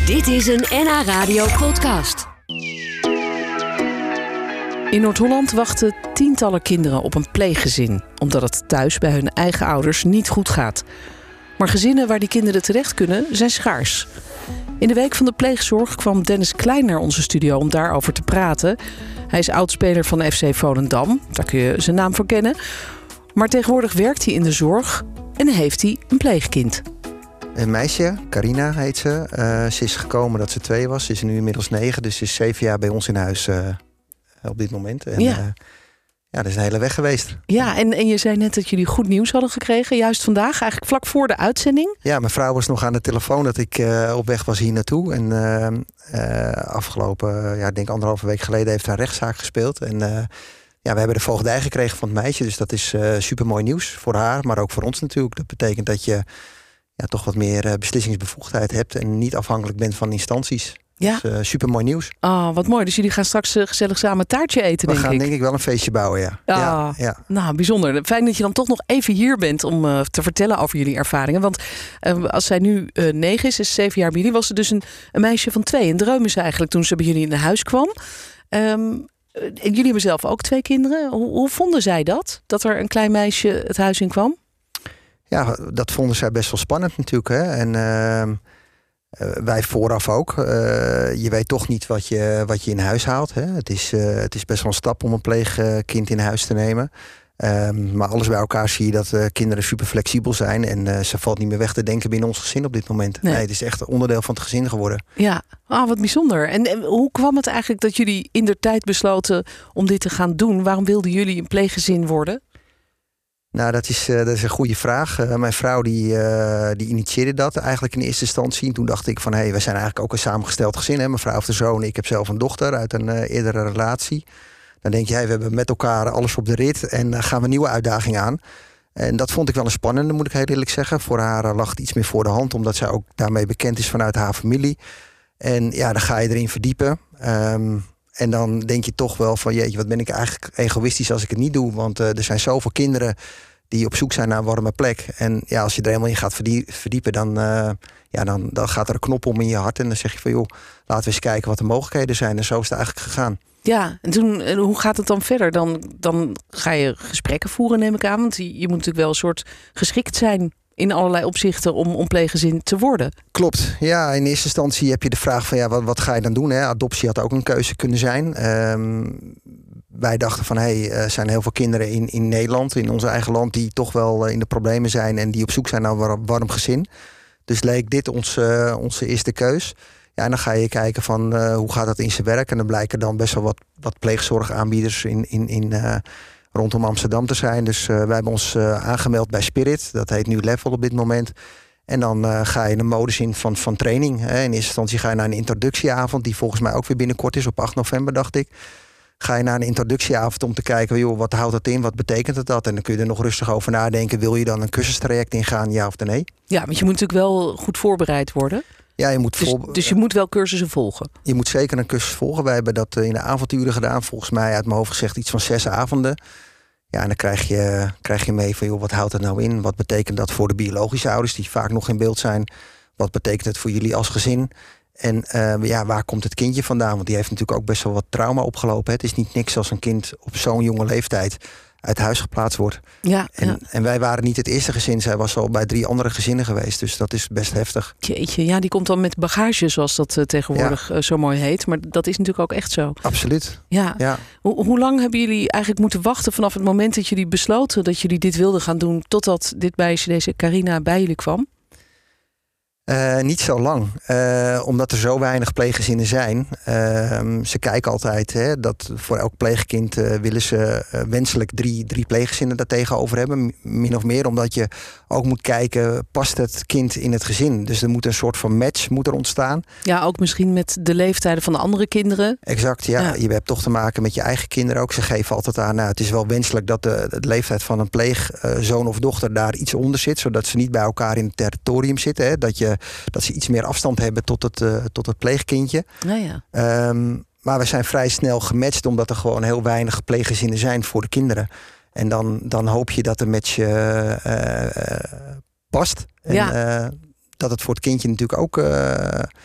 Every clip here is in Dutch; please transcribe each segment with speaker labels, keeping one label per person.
Speaker 1: Dit is een NH Radio podcast.
Speaker 2: In Noord-Holland wachten tientallen kinderen op een pleeggezin, omdat het thuis bij hun eigen ouders niet goed gaat. Maar gezinnen waar die kinderen terecht kunnen, zijn schaars. In de week van de pleegzorg kwam Dennis Klein naar onze studio om daarover te praten. Hij is oudspeler van FC Volendam, daar kun je zijn naam voor kennen. Maar tegenwoordig werkt hij in de zorg en heeft hij een pleegkind.
Speaker 3: Een meisje, Carina heet ze. Ze is gekomen dat ze 2 was. Ze is nu inmiddels 9, dus ze is 7 jaar bij ons in huis op dit moment. En, dat is een hele weg geweest.
Speaker 2: Ja, en je zei net dat jullie goed nieuws hadden gekregen. Juist vandaag, eigenlijk vlak voor de uitzending.
Speaker 3: Ja, mijn vrouw was nog aan de telefoon dat ik op weg was hier naartoe. En afgelopen, ik denk 1,5 week geleden heeft haar rechtszaak gespeeld. En we hebben de voogdij gekregen van het meisje. Dus dat is supermooi nieuws voor haar, maar ook voor ons natuurlijk. Dat betekent dat je toch wat meer beslissingsbevoegdheid hebt en niet afhankelijk bent van instanties.
Speaker 2: Ja.
Speaker 3: Dus supermooi nieuws.
Speaker 2: Oh, wat mooi. Dus jullie gaan straks gezellig samen een taartje eten, denk ik.
Speaker 3: We gaan denk ik wel een feestje bouwen, ja. Ja.
Speaker 2: Nou, bijzonder. Fijn dat je dan toch nog even hier bent om te vertellen over jullie ervaringen. Want als zij nu 9 is 7 jaar bij jullie, was ze dus een meisje van 2. Een droom is eigenlijk toen ze bij jullie in huis kwam. Jullie hebben zelf ook 2 kinderen. Hoe vonden zij dat? Dat er een klein meisje het huis in kwam? Ja,
Speaker 3: dat vonden zij best wel spannend natuurlijk. Hè? En wij vooraf ook. Je weet toch niet wat je in huis haalt. Hè? Het is best wel een stap om een pleegkind in huis te nemen. Maar alles bij elkaar zie je dat kinderen super flexibel zijn. En ze valt niet meer weg te denken binnen ons gezin op dit moment. Nee, het is echt onderdeel van het gezin geworden.
Speaker 2: Ja, wat bijzonder. En hoe kwam het eigenlijk dat jullie indertijd besloten om dit te gaan doen? Waarom wilden jullie een pleeggezin worden?
Speaker 3: Nou, dat is een goede vraag. Mijn vrouw die initieerde dat eigenlijk in eerste instantie. En toen dacht ik van, we zijn eigenlijk ook een samengesteld gezin. Hè? Mijn vrouw heeft een zoon, ik heb zelf een dochter uit een eerdere relatie. Dan denk je, we hebben met elkaar alles op de rit en gaan we een nieuwe uitdaging aan. En dat vond ik wel een spannende, moet ik heel eerlijk zeggen. Voor haar lag het iets meer voor de hand, omdat zij ook daarmee bekend is vanuit haar familie. En dan ga je erin verdiepen. En dan denk je toch wel van, jeetje, wat ben ik eigenlijk egoïstisch als ik het niet doe. Want er zijn zoveel kinderen die op zoek zijn naar een warme plek. En als je er helemaal in gaat verdiepen, dan gaat er een knop om in je hart. En dan zeg je van, laten we eens kijken wat de mogelijkheden zijn. En zo is het eigenlijk gegaan. Ja, en hoe gaat het dan verder? Dan ga je gesprekken voeren, neem ik aan. Want je moet natuurlijk wel een soort geschikt zijn in allerlei opzichten om pleeggezin te worden. Klopt. Ja, in eerste instantie heb je de vraag van wat ga je dan doen? Hè? Adoptie had ook een keuze kunnen zijn. Wij dachten van er zijn heel veel kinderen in Nederland, in ons eigen land, die toch wel in de problemen zijn en die op zoek zijn naar een warm gezin. Dus leek dit onze eerste keus. Ja, en dan ga je kijken van hoe gaat dat in zijn werk? En dan blijken dan best wel wat pleegzorgaanbieders rondom Amsterdam te zijn. Dus wij hebben ons aangemeld bij Spirit. Dat heet nu Level op dit moment. En dan ga je de modus in van training. Hè. In eerste instantie ga je naar een introductieavond, die volgens mij ook weer binnenkort is, op 8 november dacht ik. Ga je naar een introductieavond om te kijken, wat houdt dat in, wat betekent het dat? En dan kun je er nog rustig over nadenken. Wil je dan een cursustraject ingaan, ja of nee? Ja, want je moet natuurlijk wel goed voorbereid worden. Ja, je moet dus je moet wel cursussen volgen? Je moet zeker een cursus volgen. Wij hebben dat in de avonturen gedaan. Volgens mij uit mijn hoofd gezegd iets van 6 avonden. Ja, en dan krijg je mee van, wat houdt het nou in? Wat betekent dat voor de biologische ouders die vaak nog in beeld zijn? Wat betekent het voor jullie als gezin? En waar komt het kindje vandaan? Want die heeft natuurlijk ook best wel wat trauma opgelopen. Het is niet niks als een kind op zo'n jonge leeftijd uit huis geplaatst wordt. En wij waren niet het eerste gezin. Zij was al bij 3 andere gezinnen geweest. Dus dat is best heftig. Jeetje, ja, die komt dan met bagage, zoals dat tegenwoordig zo mooi heet. Maar dat is natuurlijk ook echt zo. Absoluut. Ja. Hoe lang hebben jullie eigenlijk moeten wachten vanaf het moment dat jullie besloten dat jullie dit wilden gaan doen, totdat dit meisje, deze Carina, bij jullie kwam? Niet zo lang, omdat er zo weinig pleeggezinnen zijn. Ze kijken altijd dat voor elk pleegkind willen ze wenselijk 3 pleeggezinnen daar tegenover hebben. Min of meer, omdat je ook moet kijken, past het kind in het gezin? Dus er moet een soort van match ontstaan. Ja, ook misschien met de leeftijden van de andere kinderen. Exact, ja. Je hebt toch te maken met je eigen kinderen ook. Ze geven altijd aan, het is wel wenselijk dat de leeftijd van een pleegzoon of dochter daar iets onder zit, zodat ze niet bij elkaar in het territorium zitten. Hè? Dat ze iets meer afstand hebben tot het pleegkindje. Maar we zijn vrij snel gematcht, omdat er gewoon heel weinig pleeggezinnen zijn voor de kinderen. En dan hoop je dat de match past. En dat het voor het kindje natuurlijk ook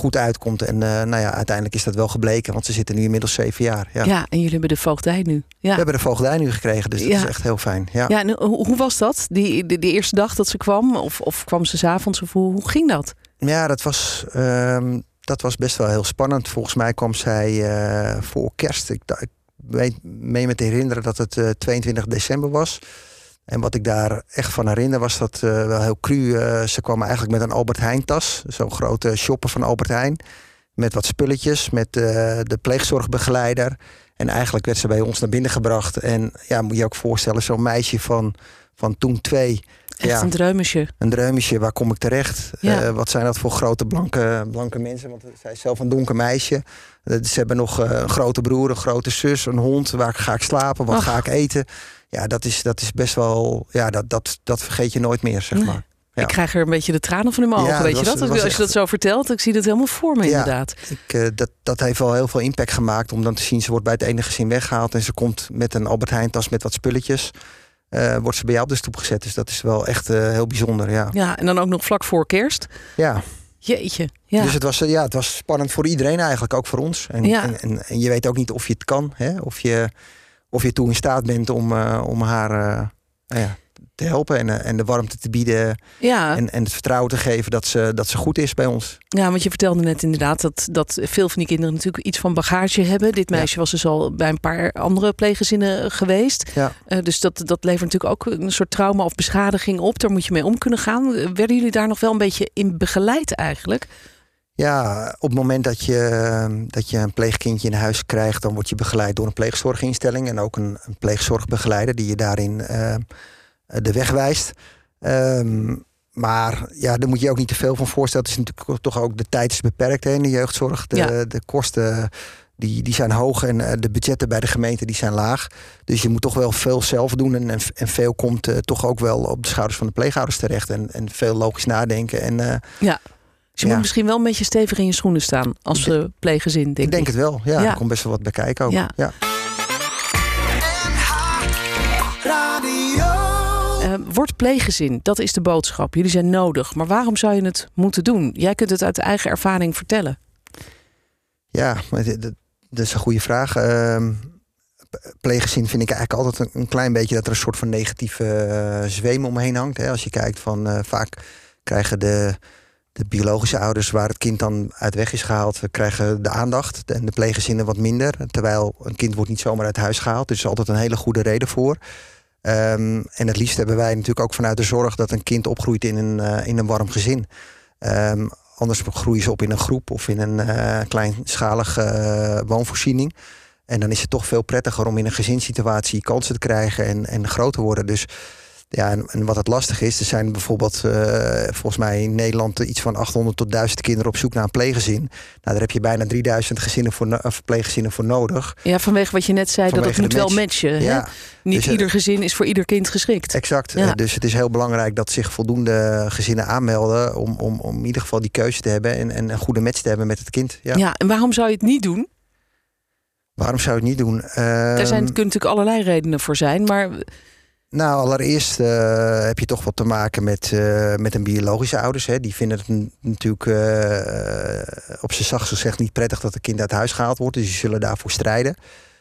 Speaker 3: goed uitkomt. En uiteindelijk is dat wel gebleken, want ze zitten nu inmiddels 7 jaar.
Speaker 2: Ja, en jullie hebben de voogdij nu. Ja.
Speaker 3: We hebben de voogdij nu gekregen, dus dat is echt heel fijn. Ja,
Speaker 2: en hoe was dat? Die eerste dag dat ze kwam? Of kwam ze 's avonds? Of hoe ging dat?
Speaker 3: Ja, dat was best wel heel spannend. Volgens mij kwam zij voor kerst. Ik meen me te herinneren dat het 22 december was. En wat ik daar echt van herinner was dat wel heel cru. Ze kwam eigenlijk met een Albert Heijn tas. Zo'n grote shopper van Albert Heijn. Met wat spulletjes, met de pleegzorgbegeleider. En eigenlijk werd ze bij ons naar binnen gebracht. En ja, moet je ook voorstellen, zo'n meisje van toen 2...
Speaker 2: Echt een dreumesje.
Speaker 3: Een dreumesje, waar kom ik terecht?
Speaker 2: Ja.
Speaker 3: Wat zijn dat voor grote blanke mensen? Want zij is zelf een donker meisje. Ze hebben nog een grote broer, een grote zus, een hond. Waar ga ik slapen? Wat ga ik eten? Ja, dat is best wel... Ja, dat vergeet je nooit meer, zeg maar. Ja.
Speaker 2: Ik krijg er een beetje de tranen van in mijn ogen, weet je dat? Als je dat zo vertelt, ik zie dat helemaal voor me inderdaad.
Speaker 3: Dat heeft wel heel veel impact gemaakt. Om dan te zien, ze wordt bij het ene gezin weggehaald. En ze komt met een Albert Heijn tas met wat spulletjes. Wordt ze bij jou op de stoep gezet. Dus dat is wel echt heel bijzonder, ja.
Speaker 2: Ja, en dan ook nog vlak voor kerst.
Speaker 3: Ja.
Speaker 2: Jeetje. Ja.
Speaker 3: Dus het was spannend voor iedereen eigenlijk, ook voor ons. En je weet ook niet of je het kan. Hè? Of je toe in staat bent om haar te helpen en de warmte te bieden. Ja. En het vertrouwen te geven dat ze goed is bij ons. Ja,
Speaker 2: want je vertelde net inderdaad dat veel van die kinderen natuurlijk iets van bagage hebben. Dit meisje was dus al bij een paar andere pleeggezinnen geweest. Ja. Dus dat levert natuurlijk ook een soort trauma of beschadiging op. Daar moet je mee om kunnen gaan. Werden jullie daar nog wel een beetje in begeleid eigenlijk?
Speaker 3: Ja, op het moment dat je een pleegkindje in huis krijgt, dan word je begeleid door een pleegzorginstelling en ook een pleegzorgbegeleider die je daarin de weg wijst. Maar ja, daar moet je ook niet te veel van voorstellen. Het is natuurlijk toch ook, de tijd is beperkt in de jeugdzorg. De kosten die zijn hoog en de budgetten bij de gemeente die zijn laag. Dus je moet toch wel veel zelf doen. En veel komt toch ook wel op de schouders van de pleegouders terecht. En veel logisch nadenken.
Speaker 2: Dus je moet misschien wel een beetje stevig in je schoenen staan als pleeggezin, denk ik.
Speaker 3: Ik denk het wel. Ja, er komt best wel wat bij kijken ook. Ja.
Speaker 2: Word pleeggezin, dat is de boodschap. Jullie zijn nodig, maar waarom zou je het moeten doen? Jij kunt het uit eigen ervaring vertellen.
Speaker 3: Ja, dat is een goede vraag. Pleeggezin vind ik eigenlijk altijd een klein beetje dat er een soort van negatieve zweem omheen hangt. Hè. Als je kijkt van vaak krijgen de biologische ouders waar het kind dan uit weg is gehaald, krijgen de aandacht en de pleeggezinnen wat minder. Terwijl een kind wordt niet zomaar uit huis gehaald. Dus er is altijd een hele goede reden voor. En het liefst hebben wij natuurlijk ook vanuit de zorg dat een kind opgroeit in een warm gezin. Anders groeien ze op in een groep of in een kleinschalige woonvoorziening. En dan is het toch veel prettiger om in een gezinssituatie kansen te krijgen en groot te worden. Dus ja, en wat het lastig is, er zijn bijvoorbeeld volgens mij in Nederland iets van 800 tot 1000 kinderen op zoek naar een pleeggezin. Nou, daar heb je bijna 3000 pleeggezinnen voor nodig.
Speaker 2: Ja, vanwege wat je net zei, dat het moet wel matchen. Ja. Hè? Niet dus, ieder gezin is voor ieder kind geschikt.
Speaker 3: Exact. Ja. Dus het is heel belangrijk dat zich voldoende gezinnen aanmelden om in ieder geval die keuze te hebben en een goede match te hebben met het kind.
Speaker 2: Ja, en waarom zou je het niet doen?
Speaker 3: Waarom zou je het niet doen?
Speaker 2: Kunnen natuurlijk allerlei redenen voor zijn, maar
Speaker 3: nou, allereerst heb je toch wat te maken met een biologische ouders. Hè. Die vinden het natuurlijk op z'n zachtst gezegd niet prettig dat een kind uit huis gehaald wordt. Dus die zullen daarvoor strijden.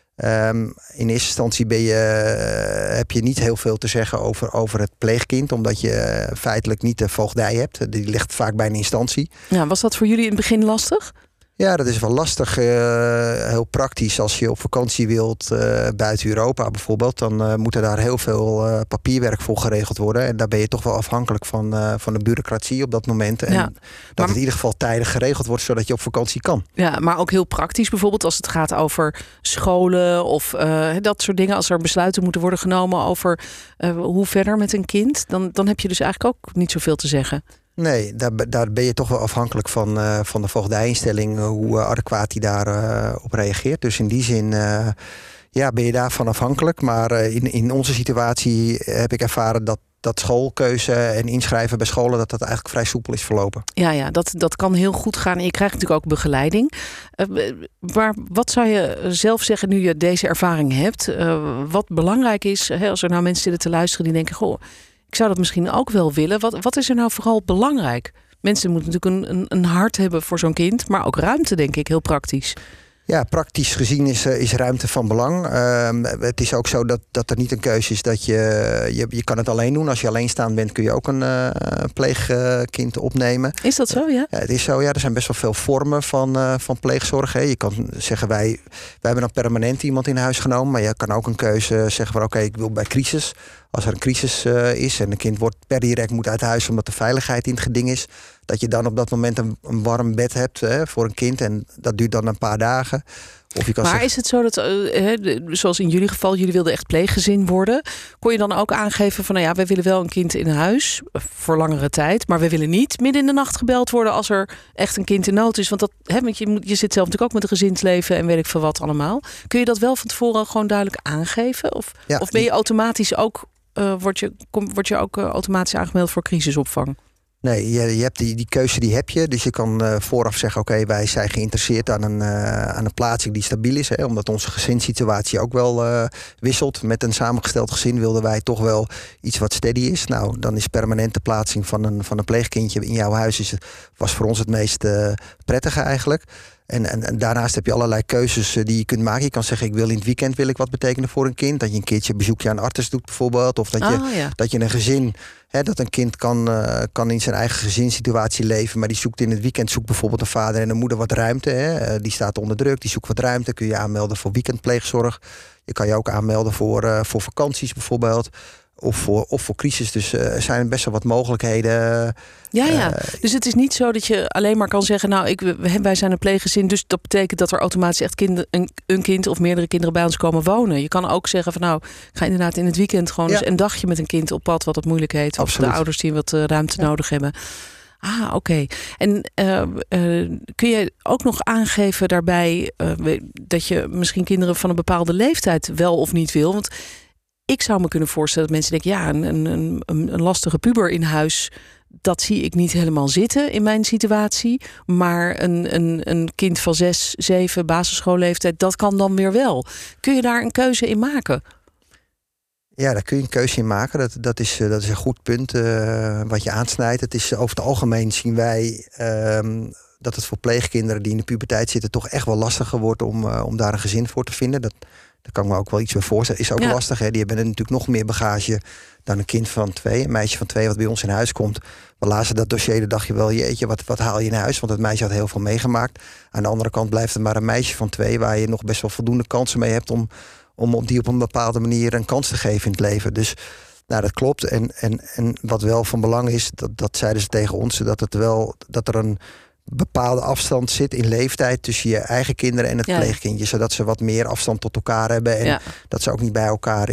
Speaker 3: In eerste instantie heb je niet heel veel te zeggen over het pleegkind. Omdat je feitelijk niet de voogdij hebt. Die ligt vaak bij een instantie.
Speaker 2: Ja, was dat voor jullie in het begin lastig?
Speaker 3: Ja, dat is wel lastig. Heel praktisch. Als je op vakantie wilt buiten Europa bijvoorbeeld, dan moet er daar heel veel papierwerk voor geregeld worden. En daar ben je toch wel afhankelijk van de bureaucratie op dat moment. En dat het in ieder geval tijdig geregeld wordt, zodat je op vakantie kan. Ja,
Speaker 2: maar ook heel praktisch bijvoorbeeld als het gaat over scholen of dat soort dingen. Als er besluiten moeten worden genomen over hoe verder met een kind, dan heb je dus eigenlijk ook niet zoveel te zeggen.
Speaker 3: Nee, daar ben je toch wel afhankelijk van de voogdijinstelling, hoe adequaat die daarop reageert. Dus in die zin ben je daarvan afhankelijk. Maar in onze situatie heb ik ervaren dat schoolkeuze en inschrijven bij scholen, dat eigenlijk vrij soepel is verlopen. Ja,
Speaker 2: dat kan heel goed gaan. En je krijgt natuurlijk ook begeleiding. Maar wat zou je zelf zeggen nu je deze ervaring hebt? Wat belangrijk is, als er nou mensen zitten te luisteren die denken, goh, ik zou dat misschien ook wel willen. Wat is er nou vooral belangrijk? mensen moeten natuurlijk een hart hebben voor zo'n kind. Maar ook ruimte, denk ik, heel praktisch.
Speaker 3: Ja, praktisch gezien is ruimte van belang. Het is ook zo dat er niet een keuze is dat je kan het alleen doen. Als je alleenstaand bent kun je ook een pleegkind opnemen.
Speaker 2: Is dat zo, ja?
Speaker 3: Ja, het is zo, ja. Er zijn best wel veel vormen van pleegzorg. Hè. Je kan zeggen, wij hebben dan permanent iemand in huis genomen. Maar je kan ook een keuze zeggen van oké, ik wil bij crisis. Als er een crisis is en een kind wordt per direct moet uit huis omdat de veiligheid in het geding is. Dat je dan op dat moment een warm bed hebt voor een kind. En dat duurt dan een paar dagen. Of je kan
Speaker 2: maar is het zo dat, zoals in jullie geval, jullie wilden echt pleeggezin worden. Kon je dan ook aangeven van, wij willen wel een kind in huis voor langere tijd. Maar we willen niet midden in de nacht gebeld worden als er echt een kind in nood is. Want je zit zelf natuurlijk ook met een gezinsleven en weet ik veel wat allemaal. Kun je dat wel van tevoren gewoon duidelijk aangeven? Of ben je automatisch ook, word je ook automatisch aangemeld voor crisisopvang?
Speaker 3: Nee, je hebt die keuze die heb je. Dus je kan vooraf zeggen, oké, wij zijn geïnteresseerd aan een plaatsing die stabiel is. Hè, omdat onze gezinssituatie ook wel wisselt. Met een samengesteld gezin wilden wij toch wel iets wat steady is. Nou, dan is permanente plaatsing van een pleegkindje in jouw huis was voor ons het meest prettige eigenlijk. En daarnaast heb je allerlei keuzes die je kunt maken. Je kan zeggen, ik wil in het weekend wat betekenen voor een kind. Dat je een keertje een bezoekje aan arts doet bijvoorbeeld. Of dat je een gezin, dat een kind kan in zijn eigen gezinssituatie leven. Maar die zoekt in het weekend bijvoorbeeld een vader en een moeder wat ruimte. Hè. Die staat onder druk, die zoekt wat ruimte. Kun je aanmelden voor weekendpleegzorg. Je kan je ook aanmelden voor vakanties bijvoorbeeld. Of voor crisis. Dus er zijn best wel wat mogelijkheden.
Speaker 2: Dus het is niet zo dat je alleen maar kan zeggen, wij zijn een pleeggezin, dus dat betekent dat er automatisch echt een kind of meerdere kinderen bij ons komen wonen. Je kan ook zeggen van ik ga inderdaad in het weekend gewoon eens een dagje met een kind op pad wat het moeilijk heet.
Speaker 3: Absoluut.
Speaker 2: Of de ouders die wat ruimte nodig hebben. Ah, oké. En kun je ook nog aangeven daarbij dat je misschien kinderen van een bepaalde leeftijd wel of niet wil? Want ik zou me kunnen voorstellen dat mensen denken, een lastige puber in huis, dat zie ik niet helemaal zitten in mijn situatie. Maar een kind van 6, 7 basisschoolleeftijd, dat kan dan weer wel. Kun je daar een keuze in maken?
Speaker 3: Ja, daar kun je een keuze in maken. Dat is een goed punt wat je aansnijdt. Het is over het algemeen zien wij dat het voor pleegkinderen die in de puberteit zitten toch echt wel lastiger wordt om daar een gezin voor te vinden. Daar kan ik me ook wel iets bij voorstellen. Is ook lastig. Hè? Die hebben natuurlijk nog meer bagage dan een kind van 2. Een meisje van 2 wat bij ons in huis komt. We lazen dat dossier, dan dacht je wel, jeetje, wat haal je in huis? Want het meisje had heel veel meegemaakt. Aan de andere kant blijft het maar een meisje van 2... waar je nog best wel voldoende kansen mee hebt om die op een bepaalde manier een kans te geven in het leven. Dus dat klopt. En wat wel van belang is, dat zeiden ze tegen ons, dat er een bepaalde afstand zit in leeftijd tussen je eigen kinderen en het pleegkindje. Zodat ze wat meer afstand tot elkaar hebben. En dat ze ook niet bij elkaar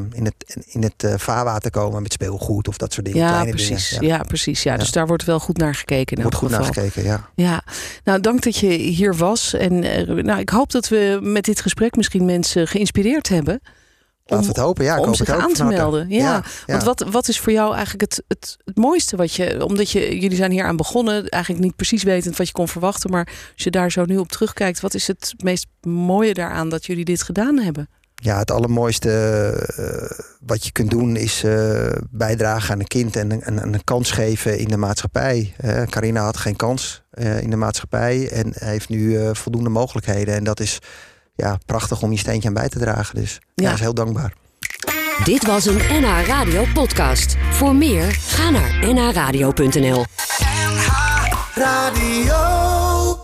Speaker 3: in het vaarwater komen met speelgoed of dat soort dingen.
Speaker 2: Ja,
Speaker 3: kleine
Speaker 2: precies.
Speaker 3: Dingen.
Speaker 2: Ja, precies. Ja. Dus daar wordt wel goed naar gekeken.
Speaker 3: Er wordt goed naar gekeken, ja.
Speaker 2: Ja. Nou, dank dat je hier was. En ik hoop dat we met dit gesprek misschien mensen geïnspireerd hebben.
Speaker 3: Laten we het hopen, ja.
Speaker 2: Om zich aan te melden. Ja. Want wat is voor jou eigenlijk het mooiste wat omdat jullie zijn hier aan begonnen, eigenlijk niet precies wetend wat je kon verwachten, maar als je daar zo nu op terugkijkt, wat is het meest mooie daaraan dat jullie dit gedaan hebben?
Speaker 3: Ja, het allermooiste wat je kunt doen is bijdragen aan een kind en een kans geven in de maatschappij. Carina had geen kans in de maatschappij en heeft nu voldoende mogelijkheden. En dat is prachtig om je steentje aan bij te dragen. Dus dat is heel dankbaar.
Speaker 1: Dit was een NH Radio podcast. Voor meer, ga naar nhradio.nl.
Speaker 4: NH Radio.